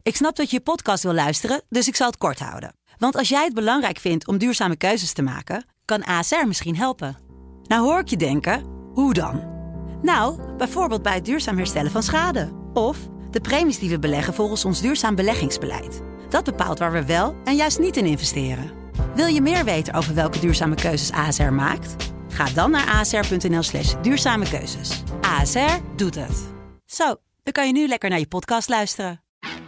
Ik snap dat je podcast wil luisteren, dus ik zal het kort houden. Want als jij het belangrijk vindt om duurzame keuzes te maken, kan ASR misschien helpen. Nou hoor ik je denken, hoe dan? Nou, bijvoorbeeld bij het duurzaam herstellen van schade. Of de premies die we beleggen volgens ons duurzaam beleggingsbeleid. Dat bepaalt waar we wel en juist niet in investeren. Wil je meer weten over welke duurzame keuzes ASR maakt? Ga dan naar asr.nl/duurzame keuzes. ASR doet het. Zo, dan kan je nu lekker naar je podcast luisteren.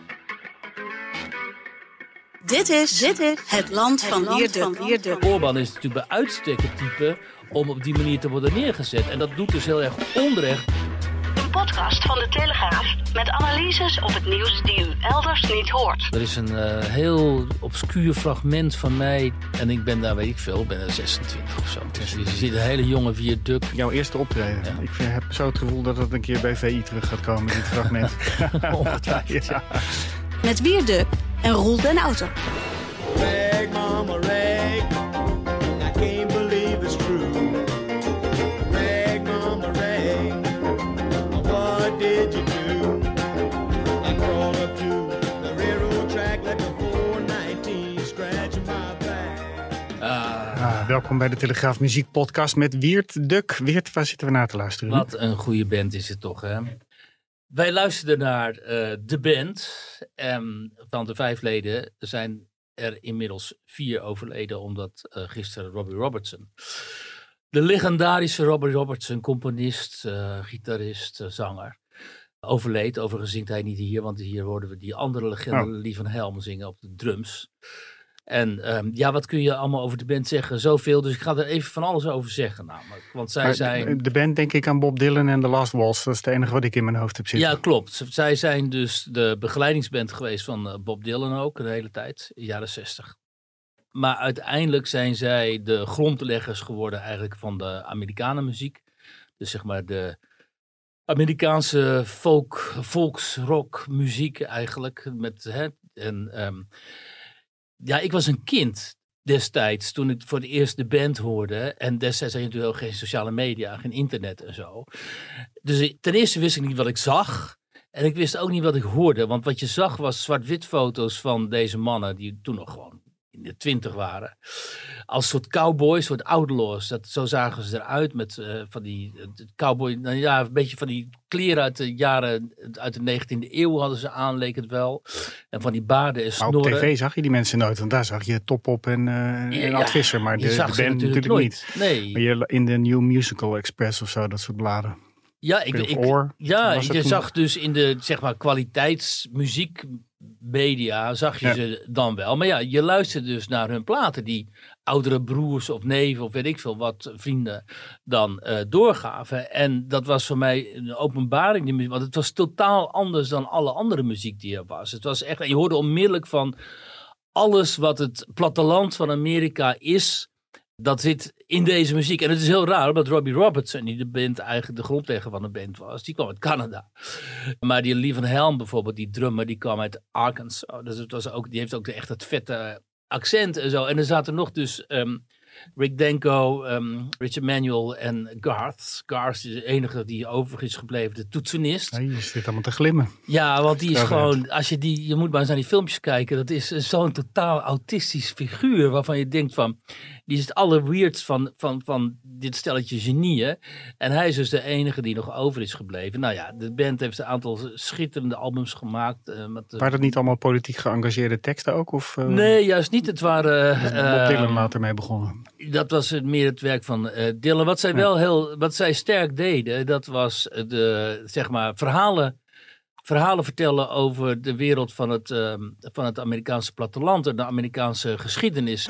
Dit is het land van Wierduk. Orbán is natuurlijk bij uitstek het type om op die manier te worden neergezet. En dat doet dus heel erg onrecht. Een podcast van de Telegraaf met analyses op het nieuws die u elders niet hoort. Er is een heel obscuur fragment van mij. En ik ben daar, weet ik veel, ik ben er 26 of zo. Dus je ziet een hele jonge Wierduk. Jouw eerste optreden. Ja. Ik heb zo het gevoel dat het een keer bij VI terug gaat komen, dit fragment. Ongetwijfeld, ja. Met Wierduk en Roel den Outer. Rag, mama, rag. I can't believe it's true. Rag, mama, rag. What did you do? I crawled up to the railroad track like a 419 scratching my back. Welkom bij de Telegraaf Muziek Podcast met Wierduk. Wierd, waar zitten we naar te luisteren? Wat een goede band is het toch, hè? Wij luisterden naar de band. Van de 5 leden zijn er inmiddels 4 overleden, omdat gisteren Robbie Robertson, de legendarische Robbie Robertson, componist, gitarist, zanger, overleed. Overigens zingt hij niet hier, want hier hoorden we die andere legende, Lee Van Helm, zingen op de drums. En wat kun je allemaal over de band zeggen? Zoveel, dus ik ga er even van alles over zeggen namelijk. Want zij zijn... De band denk ik aan Bob Dylan en The Last Waltz. Dat is het enige wat ik in mijn hoofd heb zitten. Ja, klopt. Zij zijn dus de begeleidingsband geweest van Bob Dylan ook, de hele tijd, in de jaren 60. Maar uiteindelijk zijn zij de grondleggers geworden eigenlijk van de Amerikanenmuziek. Dus zeg maar de Amerikaanse volksrock muziek eigenlijk. Ik was een kind destijds toen ik voor het eerst de band hoorde. En destijds had je natuurlijk ook geen sociale media, geen internet en zo. Dus ten eerste wist ik niet wat ik zag. En ik wist ook niet wat ik hoorde. Want wat je zag was zwart-wit foto's van deze mannen die toen nog gewoon in de 20 waren. Als soort cowboys, soort outlaws. Zo zagen ze eruit met van die cowboy, een beetje van die kleren uit de jaren, uit de 19e eeuw hadden ze aan, leek het wel. En van die baarden en snorren. Maar op tv zag je die mensen nooit, want daar zag je Top Op en Ad Visser. Maar de band natuurlijk nooit. Niet. Nee. Maar in de New Musical Express of zo, dat soort bladen. Ja, je zag dus in de zeg maar kwaliteitsmuziekmedia zag je ze dan wel. Maar ja, je luisterde dus naar hun platen die oudere broers of neven of weet ik veel wat vrienden dan doorgaven. En dat was voor mij een openbaring, want het was totaal anders dan alle andere muziek die er was. Het was echt, je hoorde onmiddellijk van alles wat het platteland van Amerika is. Dat zit in deze muziek. En het is heel raar, omdat Robbie Robertson, die de band eigenlijk de grondlegger van de band was, die kwam uit Canada. Maar die Lee Van Helm bijvoorbeeld, die drummer, die kwam uit Arkansas. Dus het was ook, die heeft ook echt het vette accent en zo. En er zaten nog dus Rick Danko, Richard Manuel en Garth. Garth is de enige die over is gebleven, de toetsenist. Ja, je zit allemaal te glimmen. Ja, want die is gewoon, als je moet maar eens naar die filmpjes kijken, dat is zo'n totaal autistisch figuur waarvan je denkt van, die is het allerweirdst van dit stelletje genieën. En hij is dus de enige die nog over is gebleven. Nou ja, de band heeft een aantal schitterende albums gemaakt. Waren dat niet allemaal politiek geëngageerde teksten ook? Of, nee, juist niet. Het waren... Bob Dylan later mee begonnen. Dat was meer het werk van Dylan. Wat zij sterk deden, dat was verhalen vertellen over de wereld van het Amerikaanse platteland en de Amerikaanse geschiedenis.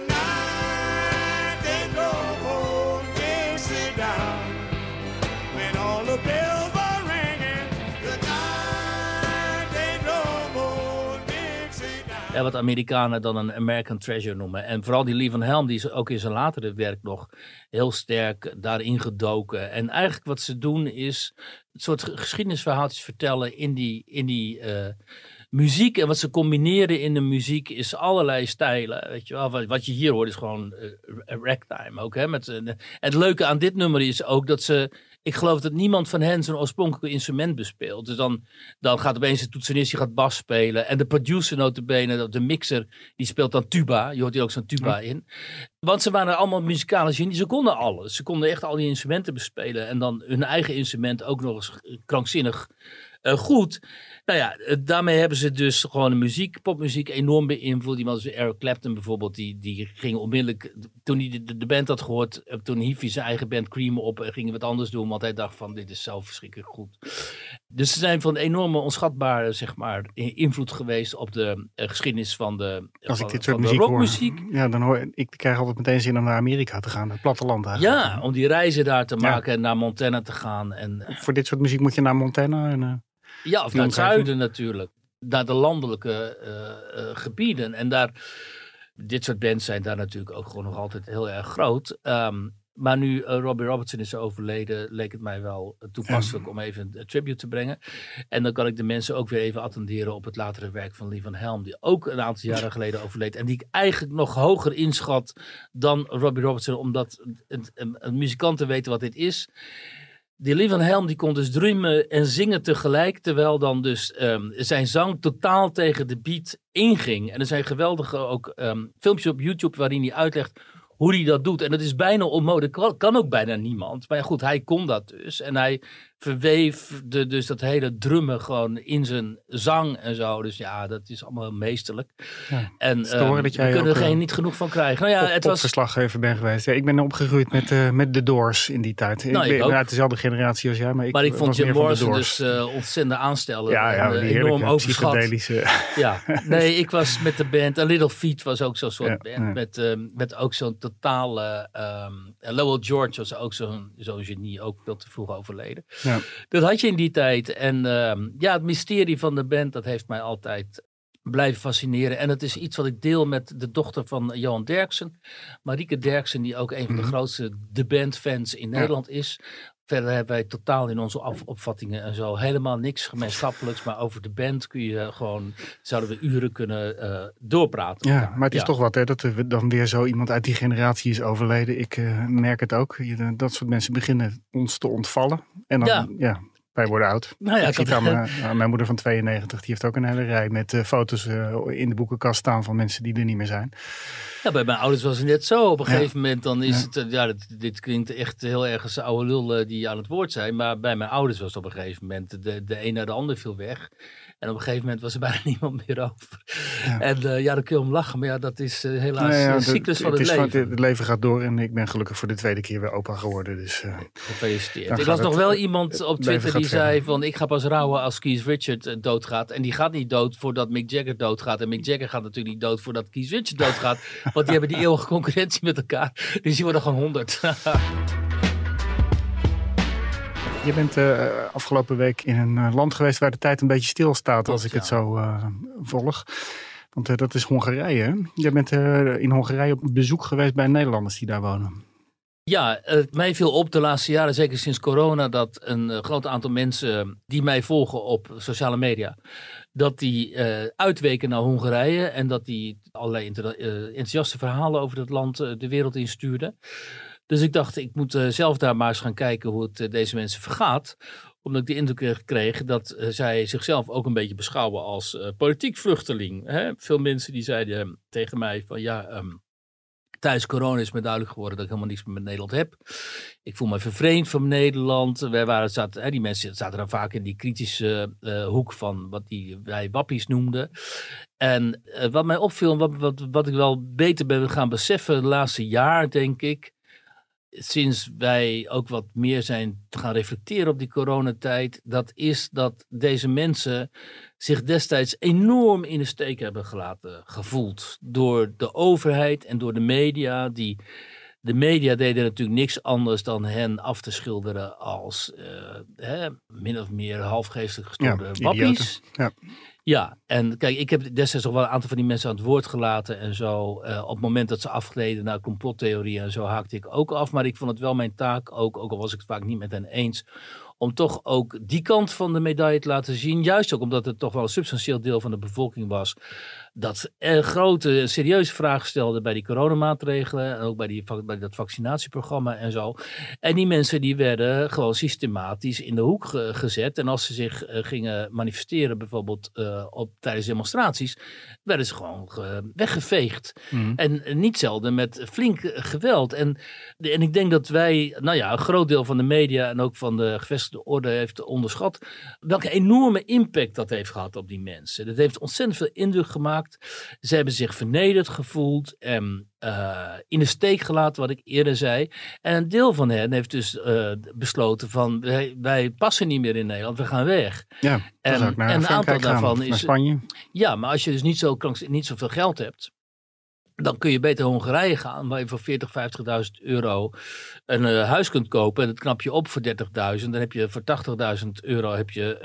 Ja, wat Amerikanen dan een American Treasure noemen. En vooral die Lee Van Helm, die is ook in zijn latere werk nog heel sterk daarin gedoken. En eigenlijk wat ze doen is het soort geschiedenisverhaaltjes vertellen in die muziek en wat ze combineren in de muziek is allerlei stijlen. Weet je wel, wat je hier hoort is gewoon ragtime ook. Hè, en het leuke aan dit nummer is ook dat ik geloof dat niemand van hen zijn oorspronkelijke instrument bespeelt. Dus dan gaat opeens de toetsenist, die gaat bas spelen. En de producer notabene, de mixer, die speelt dan tuba. Je hoort hier ook zo'n tuba in. Want ze waren allemaal muzikale genies. Ze konden alles. Ze konden echt al die instrumenten bespelen. En dan hun eigen instrument ook nog eens krankzinnig goed. Nou ja, daarmee hebben ze dus gewoon de popmuziek enorm beïnvloed. Iemand als Eric Clapton bijvoorbeeld, die ging onmiddellijk, toen hij de band had gehoord, toen hief hij zijn eigen band Cream op en ging wat anders doen, want hij dacht van, dit is zo verschrikkelijk goed. Dus ze zijn van een enorme, onschatbare, zeg maar, invloed geweest op de geschiedenis van de Als ik dit soort muziek rockmuziek. Hoor, ja, dan ik krijg altijd meteen zin om naar Amerika te gaan, het platteland eigenlijk. Ja, om die reizen daar te maken en naar Montana te gaan. En, voor dit soort muziek moet je naar Montana en... ja, of naar het zuiden natuurlijk. Naar de landelijke gebieden. En dit soort bands zijn daar natuurlijk ook gewoon nog altijd heel erg groot. Maar nu Robbie Robertson is overleden, leek het mij wel toepasselijk om even een tribute te brengen. En dan kan ik de mensen ook weer even attenderen op het latere werk van Lee Van Helm, die ook een aantal jaren geleden overleed. En die ik eigenlijk nog hoger inschat dan Robbie Robertson, omdat een muzikant te weten wat dit is. Die Lee Van Helm die kon dus drummen en zingen tegelijk, terwijl dan dus zijn zang totaal tegen de beat inging. En er zijn geweldige ook filmpjes op YouTube waarin hij uitlegt hoe hij dat doet. En dat is bijna onmogelijk, kan ook bijna niemand. Maar ja, goed, hij kon dat dus. En hij verweef dus dat hele drummen gewoon in zijn zang en zo. Dus ja, dat is allemaal meesterlijk. Ja, en we kunnen er niet genoeg van krijgen. Nou ja, het was verslaggever ben geweest. Ja, ik ben opgegroeid met The Doors in die tijd. Nou, ik ben uit dezelfde generatie als jij. Maar ik vond Jim Morrison dus ontzettend aanstellen. Ja, die enorm overschat. Ja, nee, ik was met de band. A Little Feat was ook zo'n soort band. Met ook zo'n totale... Lowell George was ook zo'n genie. Ook veel te vroeg overleden. Ja. Dat had je in die tijd. En het mysterie van de band, dat heeft mij altijd blijven fascineren. En het is iets wat ik deel met de dochter van Johan Derksen. Marieke Derksen, die ook een van de grootste The Band fans in Nederland is. Verder hebben wij totaal in onze opvattingen en zo helemaal niks gemeenschappelijks. Maar over de band zouden we uren kunnen doorpraten. Ja, maar het is toch wat hè, dat er dan weer zo iemand uit die generatie is overleden. Ik merk het ook. Dat soort mensen beginnen ons te ontvallen. En dan, wij worden oud. Nou ja, ik zie aan mijn moeder van 92, die heeft ook een hele rij met foto's in de boekenkast staan van mensen die er niet meer zijn. Ja, bij mijn ouders was het net zo. Op een gegeven moment dan is het... dit klinkt echt heel erg als oude lul die aan het woord zijn. Maar bij mijn ouders was het op een gegeven moment... De een naar de ander viel weg. En op een gegeven moment was er bijna niemand meer over. Ja. En dan kun je om lachen. Maar ja, dat is helaas de cyclus van het leven. Gewoon, het leven gaat door. En ik ben gelukkig voor de tweede keer weer opa geworden. Dus, gefeliciteerd. Ik las nog wel iemand op Twitter die zei van... Ik ga pas rouwen als Keith Richards doodgaat. En die gaat niet dood voordat Mick Jagger doodgaat. En Mick Jagger gaat natuurlijk niet dood voordat Keith Richards doodgaat. Want die hebben die eeuwige concurrentie met elkaar. Dus die worden gewoon 100. Je bent afgelopen week in een land geweest waar de tijd een beetje stilstaat, als ik het zo volg. Want dat is Hongarije. Je bent in Hongarije op bezoek geweest bij Nederlanders die daar wonen. Ja, mij viel op de laatste jaren, zeker sinds corona, dat een groot aantal mensen die mij volgen op sociale media, dat die uitweken naar Hongarije en dat die allerlei enthousiaste verhalen over het land de wereld instuurden. Dus ik dacht, ik moet zelf daar maar eens gaan kijken hoe het deze mensen vergaat. Omdat ik de indruk kreeg dat zij zichzelf ook een beetje beschouwen als politiek vluchteling. Hè? Veel mensen die zeiden tegen mij van tijdens corona is me duidelijk geworden dat ik helemaal niets meer met Nederland heb. Ik voel me vervreemd van Nederland. Die mensen zaten dan vaak in die kritische hoek van wat wij wappies noemden. En wat mij opviel, wat ik wel beter ben gaan beseffen de laatste jaar, denk ik, sinds wij ook wat meer zijn te gaan reflecteren op die coronatijd, dat is dat deze mensen zich destijds enorm in de steek hebben gevoeld door de overheid en door de media. De media deden natuurlijk niks anders dan hen af te schilderen als min of meer halfgeestelijk gestoorde wappies. Ja, en kijk, ik heb destijds nog wel een aantal van die mensen aan het woord gelaten en zo. Op het moment dat ze afgleden naar complottheorieën en zo haakte ik ook af. Maar ik vond het wel mijn taak, ook al was ik het vaak niet met hen eens, om toch ook die kant van de medaille te laten zien. Juist ook omdat het toch wel een substantieel deel van de bevolking was dat grote, serieuze vragen stelde bij die coronamaatregelen en ook bij dat vaccinatieprogramma en zo. En die mensen die werden gewoon systematisch in de hoek gezet. En als ze zich gingen manifesteren, bijvoorbeeld tijdens demonstraties, werden ze gewoon weggeveegd. En niet zelden met flink geweld. En ik denk dat wij, een groot deel van de media en ook van de gevestigde orde heeft onderschat welke enorme impact dat heeft gehad op die mensen. Dat heeft ontzettend veel indruk gemaakt. Ze hebben zich vernederd gevoeld en in de steek gelaten, wat ik eerder zei. En een deel van hen heeft dus besloten van wij passen niet meer in Nederland, we gaan weg. Ja, dat is ook naar een aantal daarvan naar Spanje. Ja, maar als je dus niet zoveel geld hebt, dan kun je beter Hongarije gaan, waar je voor 40.000, 50.000 euro een huis kunt kopen. En dat knap je op voor 30.000. Dan heb je voor 80.000 euro heb je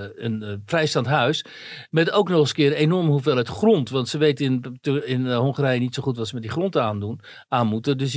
een vrijstaand huis. Met ook nog eens een keer een enorme hoeveelheid grond. Want ze weten in Hongarije niet zo goed wat ze met die grond aan moeten. Dus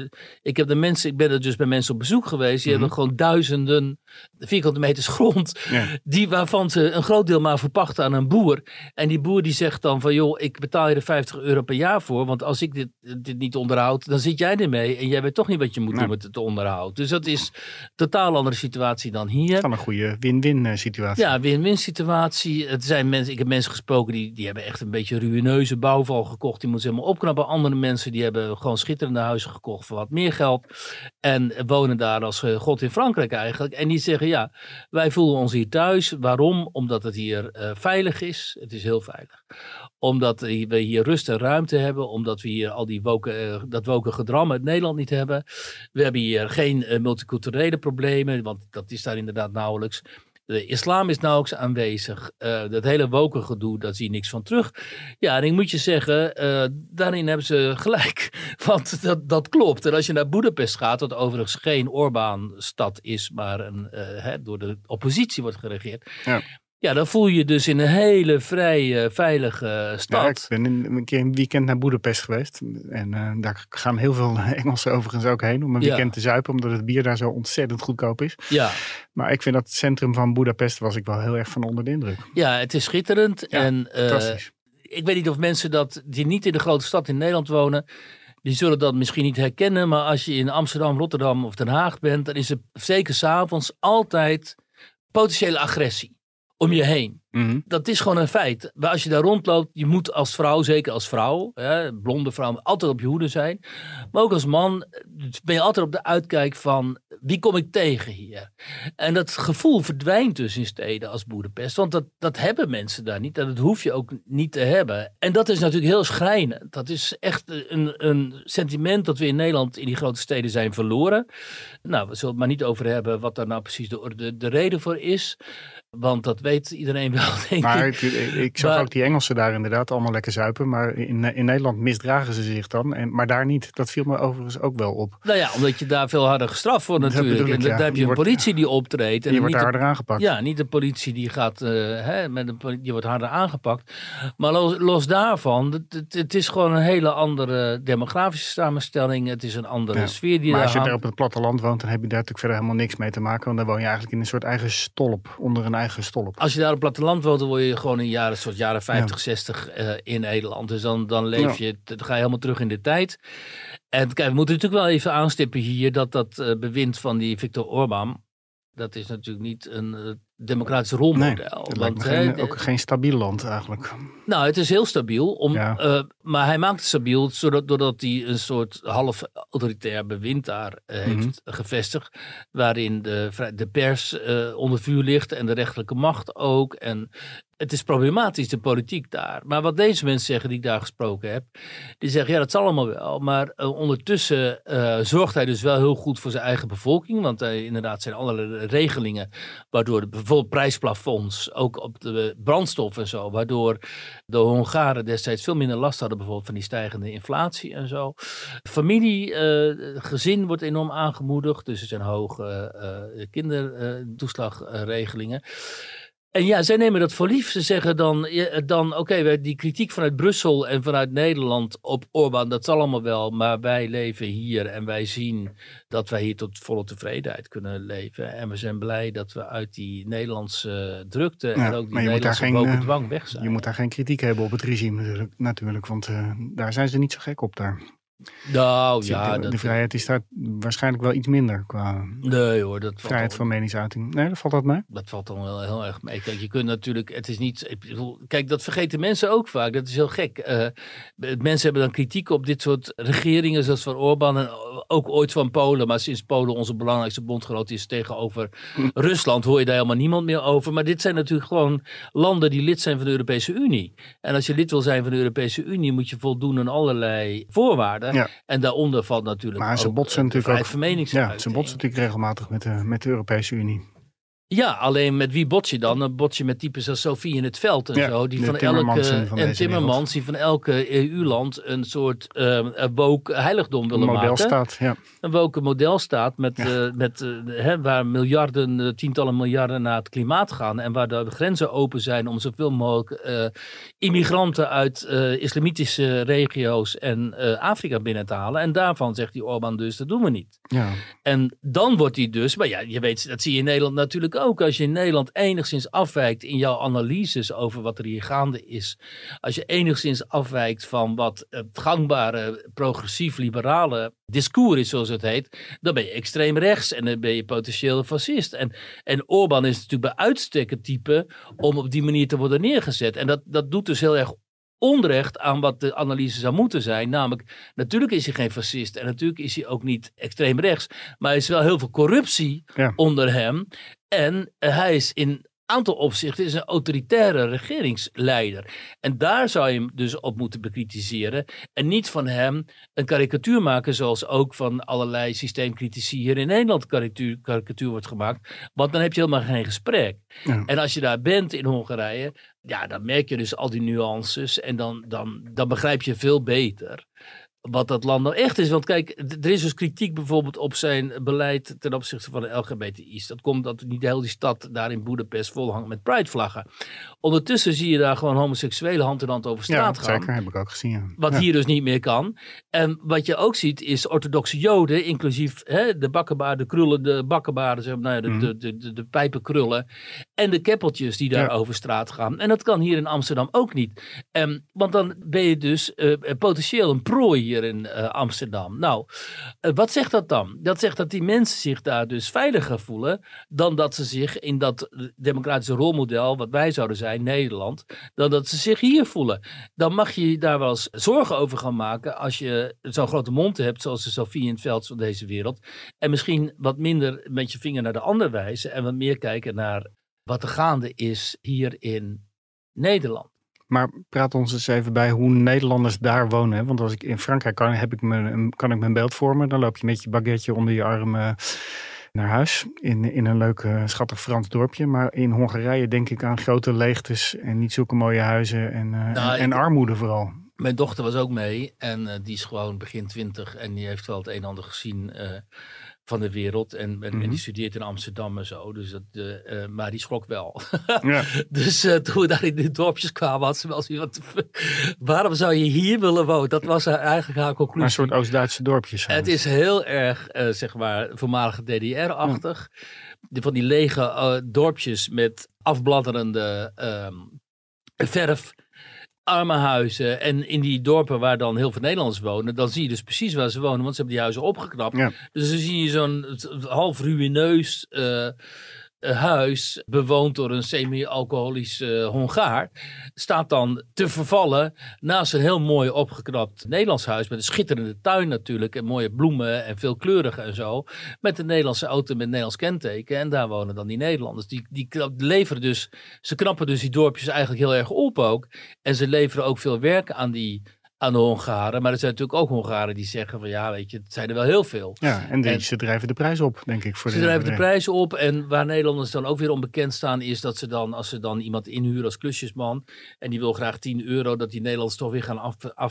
ik ben er dus bij mensen op bezoek geweest. Die hebben gewoon duizenden vierkante meters grond. Ja. Waarvan ze een groot deel maar verpachten aan een boer. En die boer die zegt dan van joh, ik betaal je er 50 euro per jaar voor. Want als ik dit niet onderhoud, dan zit jij ermee. En jij weet toch niet wat je moet doen met het onderhoud. Dus dat is een totaal andere situatie dan hier. Van een goede win-win situatie. Ja, win-win situatie. Ik heb mensen gesproken die hebben echt een beetje ruïneuze bouwval gekocht. Die moeten ze helemaal opknappen. Andere mensen die hebben gewoon schitterende huizen gekocht voor wat meer geld. En wonen daar als god in Frankrijk eigenlijk. En die zeggen ja, wij voelen ons hier thuis. Waarom? Omdat het hier veilig is. Het is heel veilig. Omdat we hier rust en ruimte hebben. Omdat we hier al dat woke gedram uit Nederland niet hebben. We hebben hier geen multiculturele problemen. Want dat is daar inderdaad nauwelijks. De islam is nauwelijks aanwezig. Dat hele woke gedoe, daar zie je niks van terug. Ja, en ik moet je zeggen, daarin hebben ze gelijk. Want dat klopt. En als je naar Boedapest gaat, wat overigens geen Orbán-stad is, maar door de oppositie wordt geregeerd. Ja. Ja, dan voel je dus in een hele vrije, veilige stad. Ja, ik ben een keer een weekend naar Boedapest geweest. En daar gaan heel veel Engelsen overigens ook heen om een weekend te zuipen. Omdat het bier daar zo ontzettend goedkoop is. Ja. Maar ik vind dat het centrum van Boedapest was ik wel heel erg van onder de indruk. Ja, het is schitterend. Ja, en ik weet niet of mensen die niet in de grote stad in Nederland wonen, die zullen dat misschien niet herkennen. Maar als je in Amsterdam, Rotterdam of Den Haag bent, dan is er zeker 's avonds altijd potentiële agressie om je heen. Dat is gewoon een feit. Maar als je daar rondloopt, je moet als vrouw, zeker als vrouw, blonde vrouw, altijd op je hoede zijn. Maar ook als man ben je altijd op de uitkijk van wie kom ik tegen hier? En dat gevoel verdwijnt dus in steden als Boedapest. Want dat hebben mensen daar niet. En dat hoef je ook niet te hebben. En dat is natuurlijk heel schrijnend. Dat is echt een sentiment dat we in Nederland in die grote steden zijn verloren. Nou, we zullen het maar niet over hebben wat daar nou precies de reden voor is. Want dat weet iedereen wel, denk ik zag ook die Engelsen daar inderdaad allemaal lekker zuipen. Maar in Nederland misdragen ze zich dan. Maar daar niet. Dat viel me overigens ook wel op. Nou ja, omdat je daar veel harder gestraft wordt natuurlijk. En daar heb je een politie die optreedt. En die wordt harder aangepakt. Ja, niet de politie die gaat, die wordt harder aangepakt. Maar los daarvan, het is gewoon een hele andere demografische samenstelling. Het is een andere sfeer die maar als je daar op het platteland woont, dan heb je daar natuurlijk verder helemaal niks mee te maken. Want dan woon je eigenlijk in een soort eigen stolp, onder een eigen stolp. Als je daar op het platteland woont, dan word je gewoon in jaren 50, 60 in Nederland. Dus dan leef je, dan ga je helemaal terug in de tijd. En kijk, we moeten natuurlijk wel even aanstippen hier dat bewind van die Viktor Orbán, dat is natuurlijk niet een democratisch rolmodel. Nee, ook geen stabiel land eigenlijk. Nou, het is heel stabiel. Maar hij maakt het stabiel doordat hij een soort half autoritair bewind daar heeft gevestigd. Waarin de pers onder vuur ligt en de rechterlijke macht ook. En het is problematisch, de politiek daar. Maar wat deze mensen zeggen die ik daar gesproken heb, die zeggen ja, dat zal allemaal wel. Maar ondertussen zorgt hij dus wel heel goed voor zijn eigen bevolking. Want inderdaad zijn allerlei regelingen waardoor bijvoorbeeld prijsplafonds, ook op de brandstof en zo, waardoor de Hongaren destijds veel minder last hadden bijvoorbeeld van die stijgende inflatie en zo. Gezin wordt enorm aangemoedigd, dus er zijn hoge kindertoeslagregelingen. En ja, zij nemen dat voor lief. Ze zeggen dan oké, die kritiek vanuit Brussel en vanuit Nederland op Orbán, dat zal allemaal wel. Maar wij leven hier en wij zien dat wij hier tot volle tevredenheid kunnen leven. En we zijn blij dat we uit die Nederlandse drukte en ook die Nederlandse woke dwang weg zijn. Je moet daar geen kritiek hebben op het regime natuurlijk, want daar zijn ze niet zo gek op daar. Nou, Dus ja, de vrijheid is daar waarschijnlijk wel iets minder qua nee, hoor, dat vrijheid van meningsuiting. Nee, dat valt dat mee? Dat valt dan wel heel erg mee. Kijk, je kunt natuurlijk, het is niet, ik bedoel, kijk, dat vergeten mensen ook vaak. Dat is heel gek. Mensen hebben dan kritiek op dit soort regeringen, zoals van Orbán en ook ooit van Polen. Maar sinds Polen onze belangrijkste bondgenoot is tegenover Rusland, hoor je daar helemaal niemand meer over. Maar dit zijn natuurlijk gewoon landen die lid zijn van de Europese Unie. En als je lid wil zijn van de Europese Unie, moet je voldoen aan allerlei voorwaarden. Ja. En daaronder valt natuurlijk maar ze ook botsen natuurlijk vrijheid van meningsuiting. Ja, ze botsen natuurlijk regelmatig met de Europese Unie. Ja, alleen met wie bot je dan? Dan bot je met types als Sophie in het Veld en zo. Die van Timmermans, die van elke EU-land een soort woke heiligdom willen maken. Modelstaat, ja. Een woke modelstaat waar miljarden, tientallen miljarden naar het klimaat gaan. En waar de grenzen open zijn om zoveel mogelijk immigranten uit islamitische regio's en Afrika binnen te halen. En daarvan zegt die Orbán dus, dat doen we niet. Ja. En dan wordt hij dus, maar ja, je weet, dat zie je in Nederland natuurlijk ook. Als je in Nederland enigszins afwijkt in jouw analyses over wat er hier gaande is. Als je enigszins afwijkt van wat het gangbare progressief-liberale discours is, zoals het heet. Dan ben je extreem rechts en dan ben je potentieel fascist. En Orbán is natuurlijk bij uitstek het type om op die manier te worden neergezet. En dat doet dus heel erg onrecht aan wat de analyse zou moeten zijn. Namelijk, natuurlijk is hij geen fascist en natuurlijk is hij ook niet extreem rechts. Maar er is wel heel veel corruptie onder hem. En hij is in aantal opzichten is een autoritaire regeringsleider. En daar zou je hem dus op moeten bekritiseren. En niet van hem een karikatuur maken zoals ook van allerlei systeemcritici hier in Nederland karikatuur wordt gemaakt. Want dan heb je helemaal geen gesprek. Ja. En als je daar bent in Hongarije, ja, dan merk je dus al die nuances en dan begrijp je veel beter wat dat land nou echt is. Want kijk, er is dus kritiek bijvoorbeeld op zijn beleid ten opzichte van de LGBTI's. Dat komt dat niet heel die stad daar in Boedapest vol hangt met pridevlaggen. Ondertussen zie je daar gewoon homoseksuele hand in hand over straat gaan. Ja, zeker. Heb ik ook gezien. Ja. Wat hier dus niet meer kan. En wat je ook ziet is orthodoxe Joden, inclusief de bakkenbaarden, de krullen, de bakkenbaarden, zeg maar, de pijpenkrullen en de keppeltjes die daar over straat gaan. En dat kan hier in Amsterdam ook niet. Want dan ben je dus potentieel een prooi hier in Amsterdam. Nou, wat zegt dat dan? Dat zegt dat die mensen zich daar dus veiliger voelen dan dat ze zich in dat democratische rolmodel, wat wij zouden zijn, Nederland, dan dat ze zich hier voelen. Dan mag je daar wel eens zorgen over gaan maken als je zo'n grote mond hebt, zoals de Sophie in het Veld van deze wereld. En misschien wat minder met je vinger naar de ander wijzen en wat meer kijken naar wat er gaande is hier in Nederland. Maar praat ons eens even bij hoe Nederlanders daar wonen. Hè? Want als ik in Frankrijk kan ik mijn beeld vormen. Dan loop je met je baguette onder je arm naar huis. In een leuk, schattig Frans dorpje. Maar in Hongarije denk ik aan grote leegtes en niet zulke mooie huizen. En armoede vooral. Mijn dochter was ook mee. En die is gewoon begin 20. En die heeft wel het een en ander gezien van de wereld. En die studeert in Amsterdam en zo. Dus maar die schrok wel. Ja. Dus toen we daar in de dorpjes kwamen, had ze wel zoiets van, waarom zou je hier willen wonen? Dat was eigenlijk haar conclusie. Een soort Oost-Duitse dorpjes. Het is heel erg, zeg maar, voormalige DDR-achtig. Van die lege dorpjes met afbladderende verf. Armenhuizen en in die dorpen waar dan heel veel Nederlanders wonen, dan zie je dus precies waar ze wonen, want ze hebben die huizen opgeknapt. Ja. Dus dan zie je zo'n half ruïneus huis, bewoond door een semi-alcoholisch Hongaar, staat dan te vervallen naast een heel mooi opgeknapt Nederlands huis met een schitterende tuin natuurlijk en mooie bloemen en veel kleurige en zo, met een Nederlandse auto met Nederlands kenteken en daar wonen dan die Nederlanders. Die leveren dus, ze knappen dus die dorpjes eigenlijk heel erg op ook en ze leveren ook veel werk aan de Hongaren. Maar er zijn natuurlijk ook Hongaren die zeggen van ja, weet je, het zijn er wel heel veel. Ja, en ze drijven de prijs op, denk ik. Ze drijven de prijs op en waar Nederlanders dan ook weer onbekend staan is dat ze dan, als ze dan iemand inhuren als klusjesman en die wil graag €10, dat die Nederlanders toch weer gaan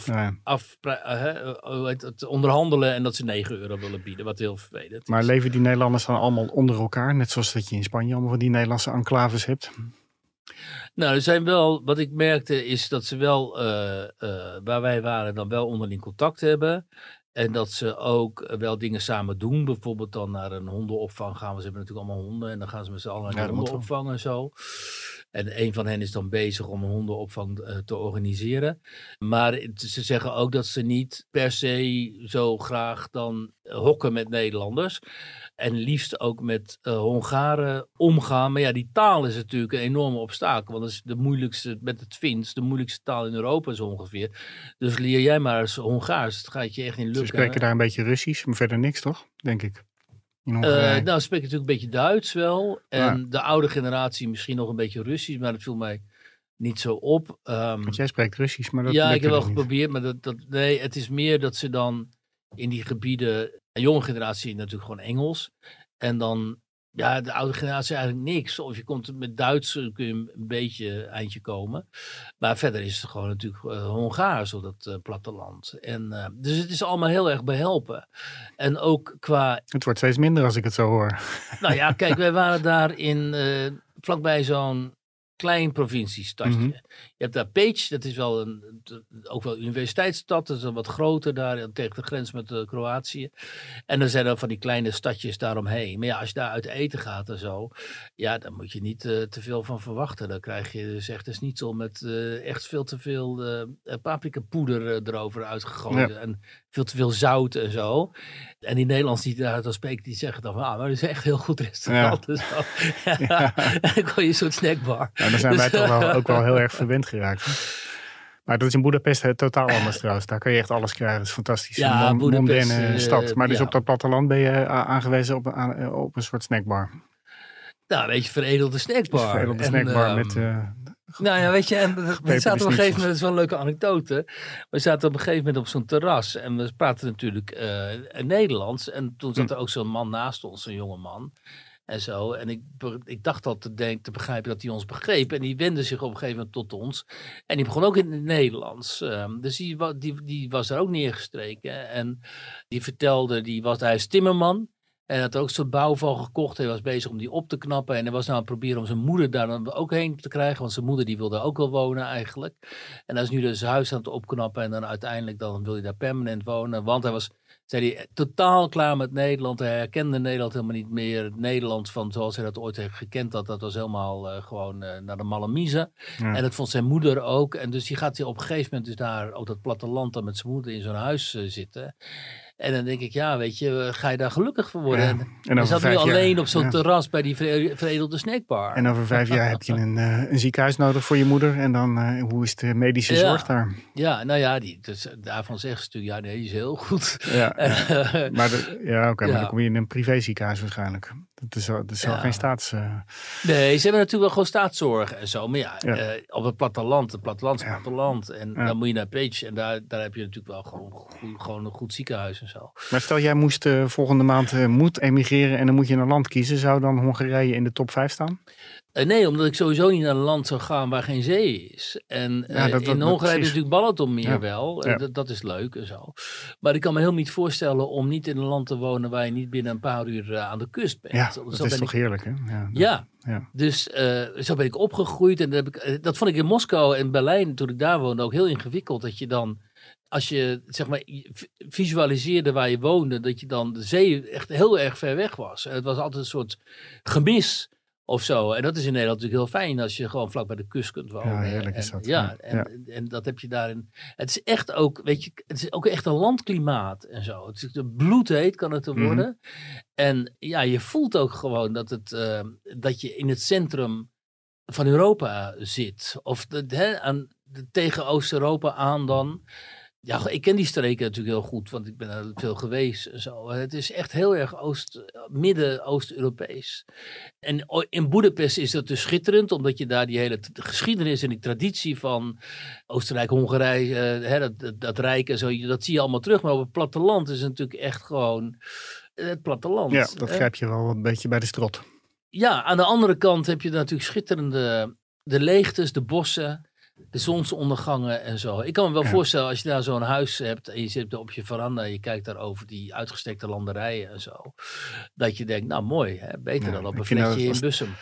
onderhandelen en dat ze €9 willen bieden, wat heel vervelend is. Maar leven die Nederlanders dan allemaal onder elkaar, net zoals dat je in Spanje allemaal van die Nederlandse enclaves hebt? Nou, er zijn wel, wat ik merkte is dat ze wel, waar wij waren, dan wel onderling contact hebben. En dat ze ook wel dingen samen doen. Bijvoorbeeld dan naar een hondenopvang gaan. Ze hebben natuurlijk allemaal honden. En dan gaan ze met z'n allen naar de hondenopvang en zo. En een van hen is dan bezig om een hondenopvang te organiseren. Maar ze zeggen ook dat ze niet per se zo graag dan hokken met Nederlanders. En liefst ook met Hongaren omgaan. Maar ja, die taal is natuurlijk een enorme obstakel. Want dat is de moeilijkste, met het Fins, de moeilijkste taal in Europa zo ongeveer. Dus leer jij maar eens Hongaars. Het gaat je echt niet lukken. Ze spreken daar een beetje Russisch, maar verder niks, toch? Denk ik. Ze spreken natuurlijk een beetje Duits wel. En de oude generatie misschien nog een beetje Russisch. Maar dat viel mij niet zo op. Want jij spreekt Russisch, maar dat ja, ik heb wel geprobeerd. Maar nee, het is meer dat ze dan in die gebieden... De jonge generatie natuurlijk gewoon Engels. En dan, ja, de oude generatie eigenlijk niks. Of je komt met Duits, kun je een beetje eindje komen. Maar verder is het gewoon natuurlijk Hongaars op dat platteland. En, dus het is allemaal heel erg behelpen. En ook qua... Het wordt steeds minder als ik het zo hoor. Nou ja, kijk, wij waren daar vlakbij zo'n klein provinciestadje. Mhm. Je hebt daar Pécs, dat is wel ook wel een universiteitsstad. Dat is wat groter daar tegen de grens met Kroatië. En dan zijn er van die kleine stadjes daaromheen. Maar ja, als je daar uit eten gaat en zo, ja, dan moet je niet te veel van verwachten. Dan krijg je dus echt een schnitzel met echt veel te veel paprikapoeder erover uitgegooid. Ja. En veel te veel zout en zo. En die Nederlanders die daar dan spreken, die zeggen dan van, maar dat is echt heel goed restaurant. Ja. En zo. Ja. En dan kon je een soort snackbar. Ja, dan zijn wij toch ook wel heel erg verwend geraakt. Hè? Maar dat is in Boedapest totaal anders trouwens. Daar kan je echt alles krijgen. Dat is fantastisch. Ja, een Boedapest, moderne stad. Maar dus op dat platteland ben je aangewezen op een soort snackbar. Nou, een beetje veredelde snackbar. Dus veredelde snackbar met... nou ja, weet je, en we zaten op een gegeven moment, dat is wel een leuke anekdote. We zaten op een gegeven moment op zo'n terras en we praten natuurlijk Nederlands. En toen zat er ook zo'n man naast ons, een jonge man. En zo. En ik dacht al te begrijpen dat hij ons begreep. En die wendde zich op een gegeven moment tot ons. En die begon ook in het Nederlands. Dus die was daar ook neergestreken. En die vertelde, hij is timmerman. En had ook een soort bouwval gekocht. Hij was bezig om die op te knappen. En hij was nou aan het proberen om zijn moeder daar dan ook heen te krijgen. Want zijn moeder die wilde ook wel wonen eigenlijk. En hij is nu dus zijn huis aan het opknappen. En dan uiteindelijk dan wil hij daar permanent wonen. Want hij was, zei hij, totaal klaar met Nederland. Hij herkende Nederland helemaal niet meer. Het Nederland van zoals hij dat ooit heeft gekend had. Dat was helemaal gewoon naar de Malamiezen. Ja. En dat vond zijn moeder ook. En dus die gaat hij op een gegeven moment dus daar op dat platteland dan met zijn moeder in zo'n huis zitten. En dan denk ik, ja, weet je, ga je daar gelukkig voor worden? Ja. En hij zat nu alleen op zo'n terras bij die veredelde snackbar. En over 5 jaar heb je een ziekenhuis nodig voor je moeder. En dan, hoe is de medische zorg daar? Ja, nou ja, daarvan zeggen ze natuurlijk, ja, nee, die is heel goed. Ja, maar dan kom je in een privéziekenhuis waarschijnlijk. Dat is wel geen staats... Nee, ze hebben natuurlijk wel gewoon staatszorg en zo. Maar op het platteland, platteland. En dan moet je naar Pécs. En daar heb je natuurlijk wel gewoon een goed ziekenhuis en zo. Maar stel, jij moest volgende maand emigreren en dan moet je een land kiezen. Zou dan Hongarije in de top 5 staan? Nee, omdat ik sowieso niet naar een land zou gaan waar geen zee is. En in Hongarije heb je natuurlijk Balatonmeer wel. Ja. Dat is leuk en zo. Maar ik kan me heel niet voorstellen om niet in een land te wonen waar je niet binnen een paar uur aan de kust bent. Ja, dat is toch heerlijk, hè? Ja. Dus zo ben ik opgegroeid. En dat vond ik in Moskou en Berlijn, toen ik daar woonde, ook heel ingewikkeld. Dat je dan, als je zeg maar visualiseerde waar je woonde, dat je dan de zee echt heel erg ver weg was. En het was altijd een soort gemis of zo. En dat is in Nederland natuurlijk heel fijn als je gewoon vlak bij de kust kunt wonen. Ja, heerlijk is dat. En dat heb je daarin. Het is echt ook, weet je, het is ook echt een landklimaat en zo. Het is bloedheet kan het er worden. En ja, je voelt ook gewoon dat je in het centrum van Europa zit. Of tegen Oost-Europa aan dan. Ja, ik ken die streken natuurlijk heel goed, want ik ben er veel geweest en zo. Het is echt heel erg Midden-Oost-Europees. En in Boedapest is dat dus schitterend, omdat je daar die hele geschiedenis en die traditie van Oostenrijk, Hongarije, dat rijk en zo, dat zie je allemaal terug. Maar op het platteland is het natuurlijk echt gewoon het platteland. Ja, dat grijp je wel een beetje bij de strot. Ja, aan de andere kant heb je natuurlijk schitterende de leegtes, de bossen, de zonsondergangen en zo. Ik kan me wel voorstellen, als je daar zo'n huis hebt en je zit op je veranda en je kijkt daar over die uitgestrekte landerijen en zo, dat je denkt, nou mooi, hè? Beter dan op een fletje in Bussum.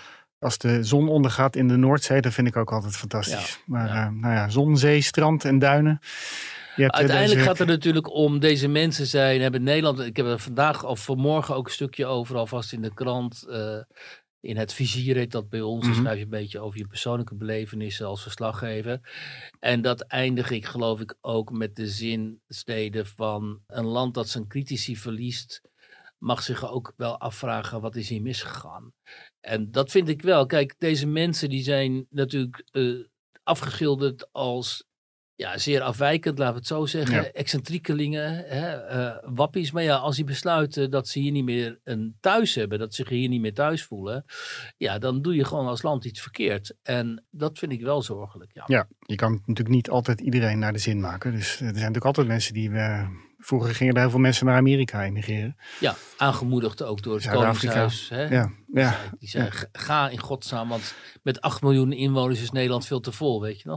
als de zon ondergaat in de Noordzee, dat vind ik ook altijd fantastisch. Ja, Maar zon, zee, strand en duinen. Uiteindelijk gaat het natuurlijk om deze mensen hebben Nederland. Ik heb er vandaag of vanmorgen ook een stukje over, alvast in de krant. In het vizier heet dat bij ons. Dan schrijf je een beetje over je persoonlijke belevenissen als verslaggever. En dat eindig ik geloof ik ook met de zinsnede van een land dat zijn critici verliest, mag zich ook wel afvragen wat is hier misgegaan. En dat vind ik wel. Kijk, deze mensen die zijn natuurlijk afgeschilderd als zeer afwijkend, laten we het zo zeggen. Ja. Excentriekelingen, wappies. Maar als die besluiten dat ze hier niet meer een thuis hebben, dat ze zich hier niet meer thuis voelen, dan doe je gewoon als land iets verkeerd. En dat vind ik wel zorgelijk. Ja, je kan natuurlijk niet altijd iedereen naar de zin maken. Dus er zijn natuurlijk altijd mensen die... Vroeger gingen er heel veel mensen naar Amerika emigreren. Ja, aangemoedigd ook door het Koningshuis. Die zei, ga in godsnaam, want met 8 miljoen inwoners is Nederland veel te vol, weet je nog?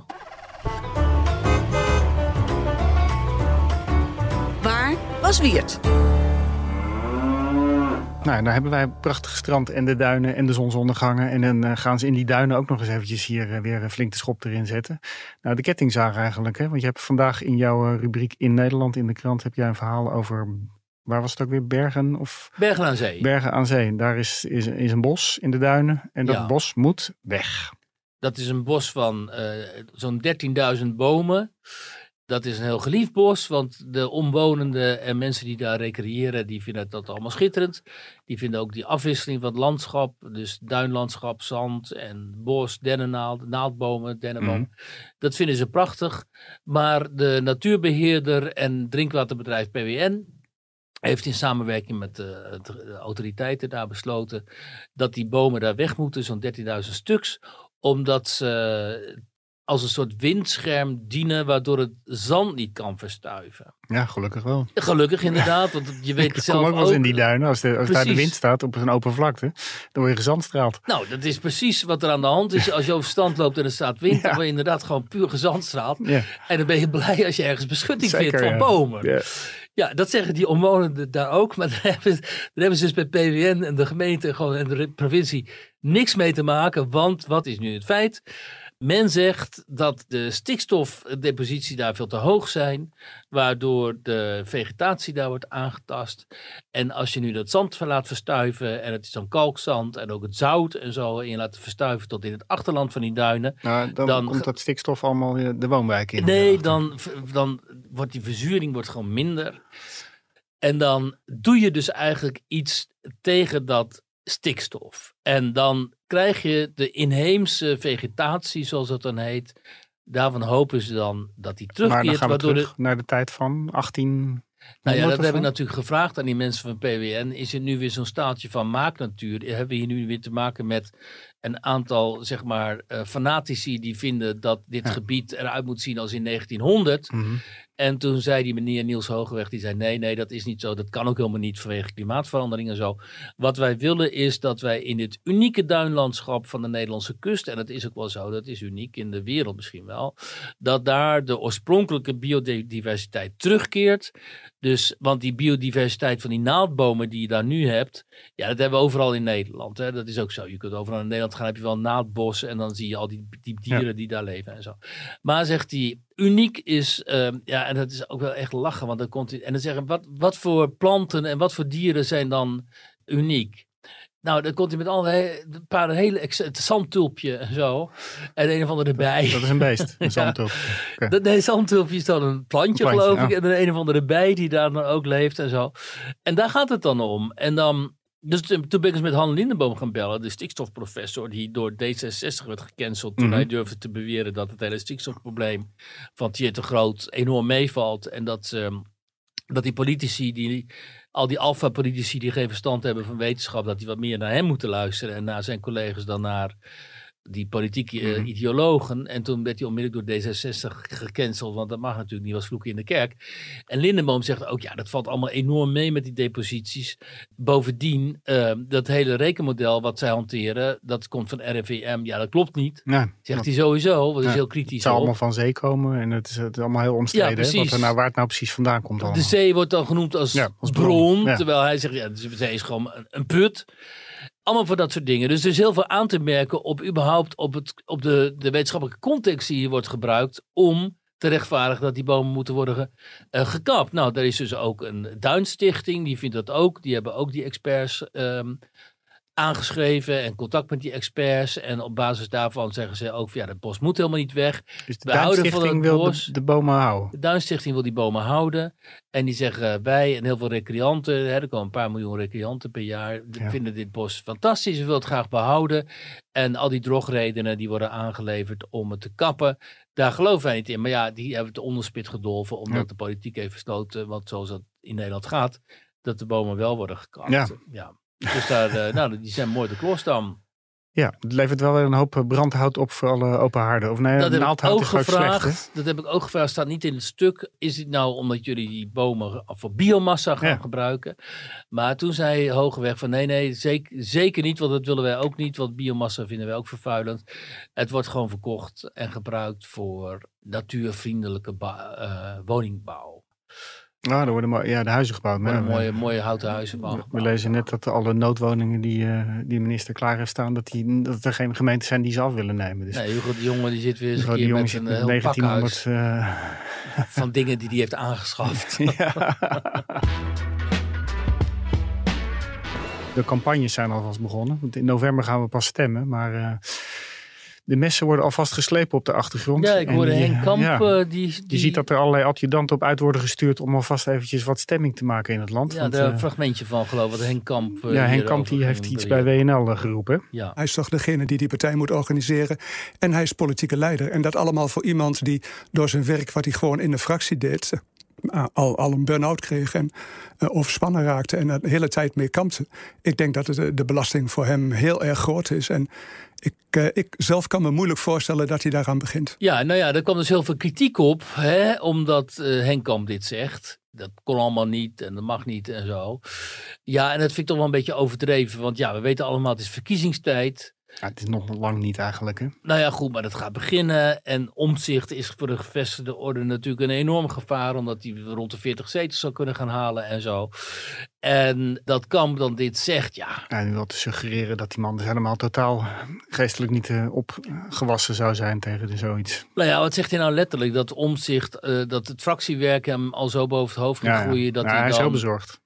Waar was Wiert? Nou, daar hebben wij een prachtig strand en de duinen en de zonsondergangen. En dan gaan ze in die duinen ook nog eens eventjes hier weer flink de schop erin zetten. Nou, de kettingzaag eigenlijk. Hè? Want je hebt vandaag in jouw rubriek in Nederland in de krant heb jij een verhaal over... Waar was het ook weer? Bergen aan Zee. Bergen aan Zee. Daar is een bos in de duinen. En dat bos moet weg. Dat is een bos van zo'n 13.000 bomen. Dat is een heel geliefd bos, want de omwonenden en mensen die daar recreëren, die vinden dat allemaal schitterend. Die vinden ook die afwisseling van het landschap, dus duinlandschap, zand en bos, dennennaald, naaldbomen, dennenboom. Dat vinden ze prachtig. Maar de natuurbeheerder en drinkwaterbedrijf PWN heeft in samenwerking met de autoriteiten daar besloten dat die bomen daar weg moeten, zo'n 13.000 stuks, omdat ze als een soort windscherm dienen, waardoor het zand niet kan verstuiven. Ja, gelukkig wel. Gelukkig inderdaad, want je weet ik zelf kom ook wel eens in die duinen. Als daar de wind staat op een open vlakte, dan word je gezandstraald. Nou, dat is precies wat er aan de hand is. Als je over strand loopt en er staat wind, dan word je inderdaad gewoon puur gezandstraald. Ja. En dan ben je blij als je ergens beschutting vindt van bomen. Ja. Ja, dat zeggen die omwonenden daar ook. Maar daar hebben ze dus bij PWN en de gemeente en de provincie niks mee te maken. Want wat is nu het feit? Men zegt dat de stikstofdepositie daar veel te hoog zijn, waardoor de vegetatie daar wordt aangetast. En als je nu dat zand laat verstuiven, en het is dan kalkzand en ook het zout en zo, en je laat het verstuiven tot in het achterland van die duinen. Nou, dan komt dat stikstof allemaal de woonwijk in. Nee, dan wordt die verzuring gewoon minder. En dan doe je dus eigenlijk iets tegen dat stikstof. En dan krijg je de inheemse vegetatie, zoals dat dan heet. Daarvan hopen ze dan dat die terugkeert. Maar dan gaan we terug naar de tijd van 18... Nou ja, dat heb ik natuurlijk gevraagd aan die mensen van PWN. Is het nu weer zo'n staaltje van maaknatuur? Hebben we hier nu weer te maken met een aantal, zeg maar, fanatici die vinden dat dit gebied eruit moet zien als in 1900. En toen zei die meneer Niels Hogeweg, die zei nee, dat is niet zo. Dat kan ook helemaal niet vanwege klimaatverandering en zo. Wat wij willen is dat wij in dit unieke duinlandschap van de Nederlandse kust, en dat is ook wel zo, dat is uniek in de wereld misschien wel, dat daar de oorspronkelijke biodiversiteit terugkeert. Dus, want die biodiversiteit van die naaldbomen die je daar nu hebt, ja, dat hebben we overal in Nederland. Hè? Dat is ook zo. Je kunt overal in Nederland gaan, heb je wel een naaldbos en dan zie je al die dieren die daar leven en zo. Maar zegt hij, uniek is, en dat is ook wel echt lachen, want dan komt hij, en dan zeggen, wat voor planten en wat voor dieren zijn dan uniek? Nou, dan komt hij met een paar het zandtulpje en zo. En een of andere bij. Dat is een beest, een zandtulp. Okay. Nee, zandtulpje is dan een plantje geloof ik. En een of andere bij die daar dan ook leeft en zo. En daar gaat het dan om. En dan, dus toen ben ik eens met Han Lindenboom gaan bellen. De stikstofprofessor die door D66 werd gecanceld. Toen hij durfde te beweren dat het hele stikstofprobleem van Thierry de Groot enorm meevalt. En dat die politici, al die alfa-politici die geen verstand hebben van wetenschap, dat die wat meer naar hem moeten luisteren en naar zijn collega's dan naar die politieke ideologen. En toen werd hij onmiddellijk door D66 gecanceld, want dat mag natuurlijk niet, was vloeken in de kerk. En Lindenboom zegt ook, ja, dat valt allemaal enorm mee met die deposities. Bovendien, dat hele rekenmodel wat zij hanteren, dat komt van RIVM, ja, dat klopt niet. Ja, zegt hij sowieso, dat is heel kritisch. Het zou allemaal van zee komen en het is allemaal heel omstreden, waar het nou precies vandaan komt allemaal. De zee wordt dan genoemd als bron, terwijl hij zegt, de zee is gewoon een put. Allemaal voor dat soort dingen. Dus er is heel veel aan te merken op überhaupt op de wetenschappelijke context die hier wordt gebruikt om te rechtvaardigen dat die bomen moeten worden gekapt. Nou, er is dus ook een Duinstichting, die vindt dat ook. Die hebben ook die experts aangeschreven en contact met die experts. En op basis daarvan zeggen ze ook van, het bos moet helemaal niet weg. Dus de Duinstichting wil de bomen houden? De Duinstichting wil die bomen houden. En die zeggen wij en heel veel recreanten, er komen een paar miljoen recreanten per jaar, vinden dit bos fantastisch. We willen het graag behouden. En al die drogredenen die worden aangeleverd om het te kappen, daar geloven wij niet in. Maar die hebben het onderspit gedolven omdat de politiek heeft besloten, want zoals dat in Nederland gaat, dat de bomen wel worden gekapt. Ja. Dus daar, die zijn mooi de kloorstam. Ja, het levert wel weer een hoop brandhout op voor alle open haarden. Of nee, dat heb ik ook gevraagd. Slecht, dat heb ik ook gevraagd. Staat niet in het stuk. Is het nou omdat jullie die bomen voor biomassa gaan gebruiken? Maar toen zei Hogeweg van nee, zeker niet. Want dat willen wij ook niet. Want biomassa vinden wij ook vervuilend. Het wordt gewoon verkocht en gebruikt voor natuurvriendelijke woningbouw. Nou, er worden de huizen gebouwd. Er worden mooie houten huizen van gebouwd. We lezen net dat alle noodwoningen die de minister klaar heeft staan, dat er geen gemeenten zijn die ze af willen nemen. Dus nee, Hugo de Jonge die zit weer eens een keer met een heel 1900, pakhuis van dingen die hij heeft aangeschaft. De campagnes zijn alvast begonnen. Want in november gaan we pas stemmen, maar de messen worden alvast geslepen op de achtergrond. Ja, ik hoorde Henk Kamp. Je ziet dat er allerlei adjudanten op uit worden gestuurd om alvast eventjes wat stemming te maken in het land. Ja, daar een fragmentje van geloof ik. Henk Kamp. Henk Kamp die heeft iets bij WNL geroepen. Ja. Hij is toch degene die partij moet organiseren. En hij is politieke leider. En dat allemaal voor iemand die door zijn werk wat hij gewoon in de fractie deed, al een burn-out kreeg en overspannen raakte en er de hele tijd mee kampte. Ik denk dat de belasting voor hem heel erg groot is. En ik zelf kan me moeilijk voorstellen dat hij daaraan begint. Ja, daar kwam dus heel veel kritiek op, omdat Henk Kamp dit zegt. Dat kon allemaal niet en dat mag niet en zo. Ja, en dat vind ik toch wel een beetje overdreven. Want we weten allemaal, het is verkiezingstijd. Ja, het is nog lang niet eigenlijk, hè? Nou ja, goed, maar dat gaat beginnen. En Omtzigt is voor de gevestigde orde natuurlijk een enorm gevaar, omdat hij rond de 40 zetels zou kunnen gaan halen en zo. En dat Kamp dan dit zegt, ja. En wil te suggereren dat die man dus helemaal totaal geestelijk niet opgewassen zou zijn tegen zoiets. Nou ja, wat zegt hij nou letterlijk? Dat Omtzigt, dat het fractiewerk hem al zo boven het hoofd gaat groeien. Dat hij is heel bezorgd.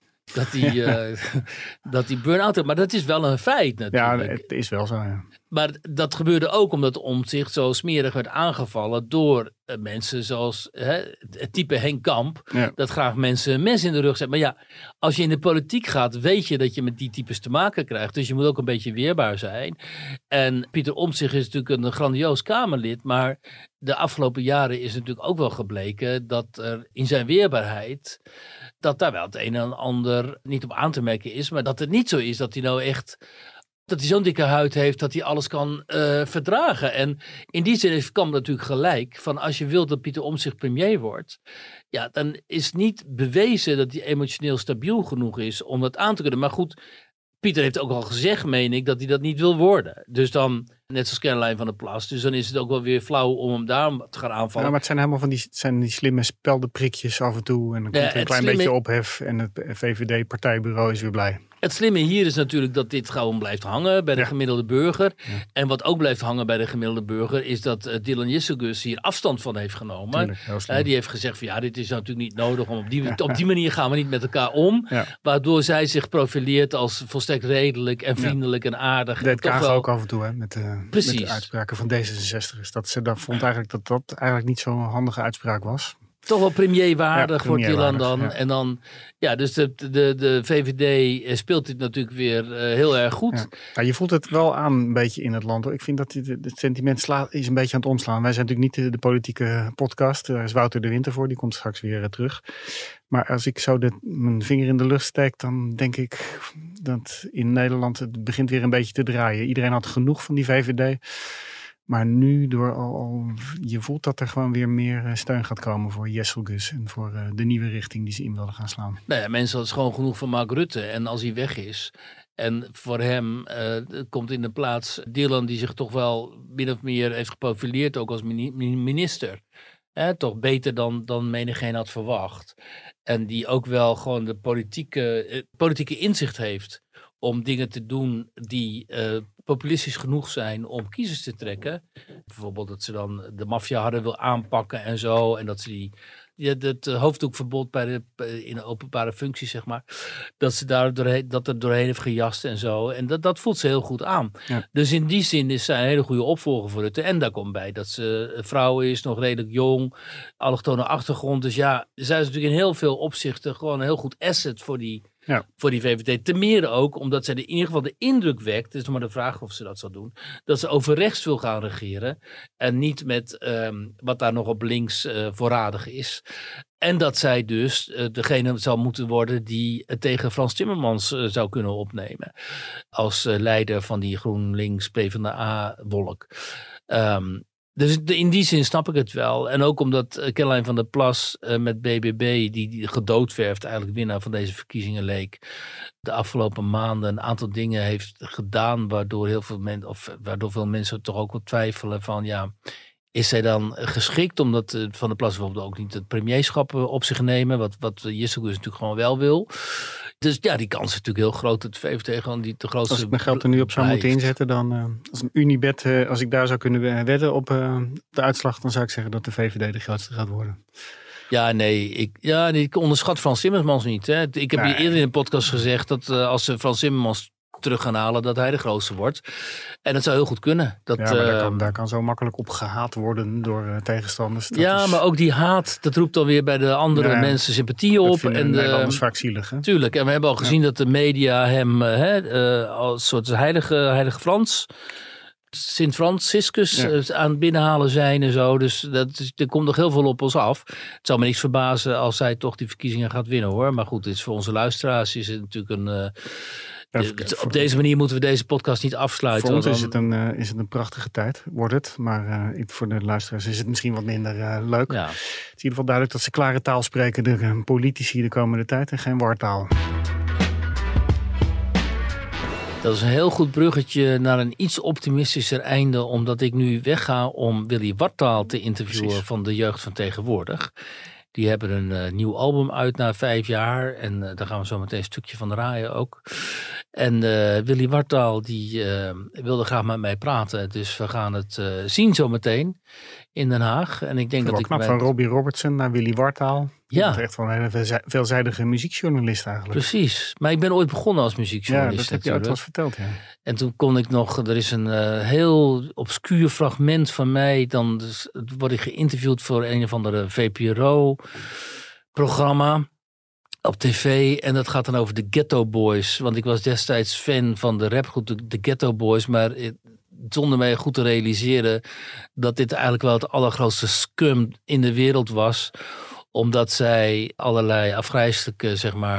Dat die burn-out heeft. Maar dat is wel een feit natuurlijk. Ja, het is wel zo, ja. Maar dat gebeurde ook omdat Omtzigt zo smerig werd aangevallen door mensen zoals het type Henk Kamp. Ja. Dat graag mensen een mes in de rug zetten. Maar als je in de politiek gaat, weet je dat je met die types te maken krijgt. Dus je moet ook een beetje weerbaar zijn. En Pieter Omtzigt is natuurlijk een grandioos Kamerlid. Maar de afgelopen jaren is natuurlijk ook wel gebleken dat er in zijn weerbaarheid, dat daar wel het een en ander niet op aan te merken is. Maar dat het niet zo is dat hij nou echt, dat hij zo'n dikke huid heeft dat hij alles kan verdragen. En in die zin heeft Kamp natuurlijk gelijk. Van als je wilt dat Pieter Omtzigt premier wordt, dan is niet bewezen dat hij emotioneel stabiel genoeg is om dat aan te kunnen. Maar goed, Pieter heeft ook al gezegd, meen ik, dat hij dat niet wil worden. Dus dan, net zoals Caroline van der Plas, dus dan is het ook wel weer flauw om hem daar te gaan aanvallen. Ja, maar het zijn helemaal van die slimme speldenprikjes af en toe. En dan komt er een klein beetje ophef en het VVD-partijbureau is weer blij. Het slimme hier is natuurlijk dat dit gewoon blijft hangen bij de gemiddelde burger. Ja. En wat ook blijft hangen bij de gemiddelde burger is dat Dylan Jezelgus hier afstand van heeft genomen. Tuurlijk, die heeft gezegd van dit is natuurlijk niet nodig. Op die manier gaan we niet met elkaar om. Ja. Waardoor zij zich profileert als volstrekt redelijk en vriendelijk en aardig. Dat deed Kaag ook af en toe met de uitspraken van D66. Dat ze dan vond eigenlijk dat eigenlijk niet zo'n handige uitspraak was. Toch wel premierwaardig voor Dylan dan. Ja. En dan, dus de VVD speelt dit natuurlijk weer heel erg goed. Ja, je voelt het wel aan een beetje in het land. Hoor. Ik vind dat het sentiment is een beetje aan het omslaan. Wij zijn natuurlijk niet de politieke podcast. Daar is Wouter de Winter voor. Die komt straks weer terug. Maar als ik zo mijn vinger in de lucht steek, dan denk ik dat in Nederland het begint weer een beetje te draaien. Iedereen had genoeg van die VVD. Maar nu, je voelt dat er gewoon weer meer steun gaat komen voor Jezelgus en voor de nieuwe richting die ze in wilden gaan slaan. Nou ja, mensen hadden gewoon genoeg van Mark Rutte. En als hij weg is, en voor hem komt in de plaats Dylan, die zich toch wel min of meer heeft geprofileerd, ook als minister. Toch beter dan menigeen had verwacht. En die ook wel gewoon de politieke inzicht heeft om dingen te doen die populistisch genoeg zijn om kiezers te trekken. Bijvoorbeeld dat ze dan de maffia hadden wil aanpakken en zo. En dat ze het hoofddoekverbod in de openbare functie, zeg maar. Dat ze dat er doorheen heeft gejast en zo. En dat voelt ze heel goed aan. Ja. Dus in die zin is zij een hele goede opvolger voor Rutte. En daar komt bij dat ze vrouw is, nog redelijk jong. Allochtone achtergrond. Dus ja, zij is natuurlijk in heel veel opzichten gewoon een heel goed asset voor die VVD. Ten meer ook omdat zij in ieder geval de indruk wekt, het is nog maar de vraag of ze dat zal doen, dat ze over rechts wil gaan regeren en niet met wat daar nog op links voorradig is. En dat zij dus degene zal moeten worden die het tegen Frans Timmermans zou kunnen opnemen. Als leider van die GroenLinks PvdA-wolk. Dus in die zin snap ik het wel. En ook omdat Caroline van der Plas met BBB, die gedoodverfd eigenlijk winnaar van deze verkiezingen leek, de afgelopen maanden een aantal dingen heeft gedaan waardoor veel mensen toch ook wel twijfelen van is zij dan geschikt, omdat Van der Plas bijvoorbeeld ook niet het premierschap op zich nemen, wat Jessel dus natuurlijk gewoon wel wil. Dus ja, die kans is natuurlijk heel groot dat de VVD gewoon de grootste... Als ik mijn geld er nu op zou moeten inzetten, dan als een Unibet, als ik daar zou kunnen wedden op de uitslag, dan zou ik zeggen dat de VVD de grootste gaat worden. Ik onderschat Frans Timmermans niet. Hè. Ik heb hier eerder in de podcast gezegd dat als ze Frans Timmermans terug gaan halen, dat hij de grootste wordt. En dat zou heel goed kunnen. Maar daar kan zo makkelijk op gehaat worden door tegenstanders. Maar ook die haat, dat roept dan weer bij de andere mensen sympathie op. Dat vinden Nederlanders vaak zielig. Hè? Tuurlijk. En we hebben al gezien dat de media hem als soort heilige Frans, Sint Franciscus aan het binnenhalen zijn en zo. Dus er komt nog heel veel op ons af. Het zou me niks verbazen als zij toch die verkiezingen gaat winnen, hoor. Maar goed, dit is voor onze luisteraars is het natuurlijk op deze manier moeten we deze podcast niet afsluiten. Voor ons is het een prachtige tijd, wordt het. Maar voor de luisteraars is het misschien wat minder leuk. Ja. Het is in ieder geval duidelijk dat ze klare taal spreken, de politici de komende tijd, en geen wartaal. Dat is een heel goed bruggetje naar een iets optimistischer einde, omdat ik nu wegga om Willy Wartaal te interviewen van de jeugd van tegenwoordig. Die hebben een nieuw album uit na 5 jaar. En daar gaan we zo meteen een stukje van draaien ook. En Willy Wartaal die wilde graag met mij praten. Dus we gaan het zien zo meteen in Den Haag. En ik denk dat knap van Robbie Robertson naar Willy Wartaal. Ja. Echt wel een hele veelzijdige muziekjournalist eigenlijk. Precies. Maar ik ben ooit begonnen als muziekjournalist. Ja, dat heb je ooit wel eens verteld, ja. En toen kon ik nog, er is een heel obscuur fragment van mij. Dan word ik geïnterviewd voor een of andere VPRO-programma op tv. En dat gaat dan over de Ghetto Boys. Want ik was destijds fan van de rapgroep de Ghetto Boys. Maar zonder mij goed te realiseren dat dit eigenlijk wel het allergrootste scum in de wereld was. Omdat zij allerlei afgrijselijke,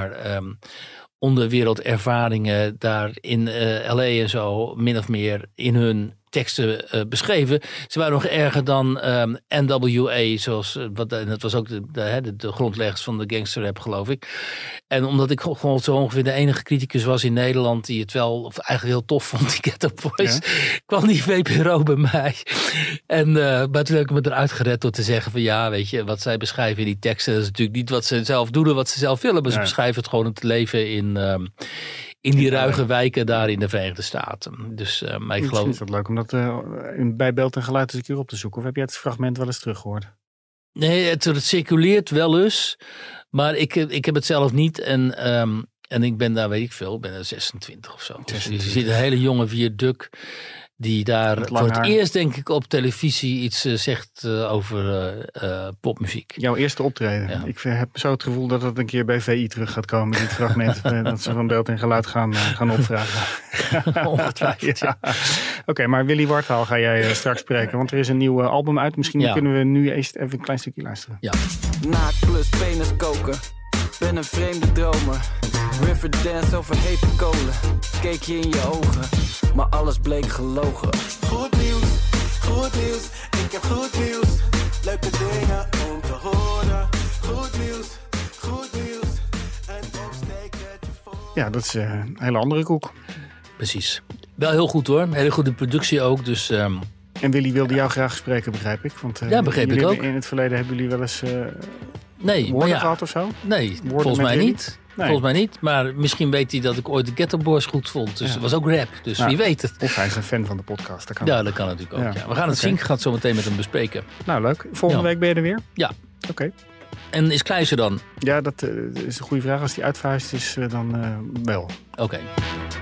onderwereldervaringen daar in LA en zo min of meer in hun teksten beschreven. Ze waren nog erger dan NWA, dat was ook de grondleggers van de gangsterrap, geloof ik. En omdat ik gewoon zo ongeveer de enige criticus was in Nederland die het wel, of eigenlijk heel tof vond, die Ghetto Boys, kwam die VPRO bij mij. En maar toen heb ik me eruit gered door te zeggen van weet je, wat zij beschrijven in die teksten, dat is natuurlijk niet wat ze zelf doen en wat ze zelf willen, maar ze beschrijven het gewoon het leven in die ruige wijken daar in de Verenigde Staten. Dus, maar ik geloof... Is het leuk om dat bij beeld en geluid eens een keer op te zoeken? Of heb jij het fragment wel eens teruggehoord? Nee, het circuleert wel eens. Maar ik heb het zelf niet. En ik ben daar, weet ik veel, ik ben er 26 of zo. Dus je ziet een hele jonge viaduct die daar voor het eerst, denk ik, op televisie iets zegt over popmuziek. Jouw eerste optreden. Ja. Ik heb zo het gevoel dat het een keer bij VI terug gaat komen, dit fragment. Dat ze van beeld en geluid gaan opvragen. Ongetwijfeld. Ja. Oké, maar Willy Wartaal ga jij straks spreken, want er is een nieuw album uit. Misschien kunnen we nu eerst even een klein stukje luisteren. Ja. Naakt plus penis koken. Ben een vreemde dromer. Riverdance over hete kolen. Keek je in je ogen, maar alles bleek gelogen. Goed nieuws, ik heb goed nieuws. Leuke dingen om te horen. Goed nieuws. En opsteek het je voor. Ja, dat is een hele andere koek. Precies. Wel heel goed hoor, hele goede productie ook. Dus, En Willy wilde jou graag spreken, begrijp ik. Want, begreep ik ook. In het verleden hebben jullie wel eens woorden gehad of zo? Nee, volgens mij niet. volgens mij niet. Maar misschien weet hij dat ik ooit de Ghetto Boys goed vond. Dus dat was ook rap. Dus wie weet het. Of hij is een fan van de podcast. Dat kan dat kan natuurlijk ook. Ja. We gaan het zien. Ik ga het zo meteen met hem bespreken. Nou, leuk. Volgende week ben je er weer? Ja. Oké. En is Kleijs er dan? Ja, dat is een goede vraag. Als hij uitverhuisd is, dan wel. Oké.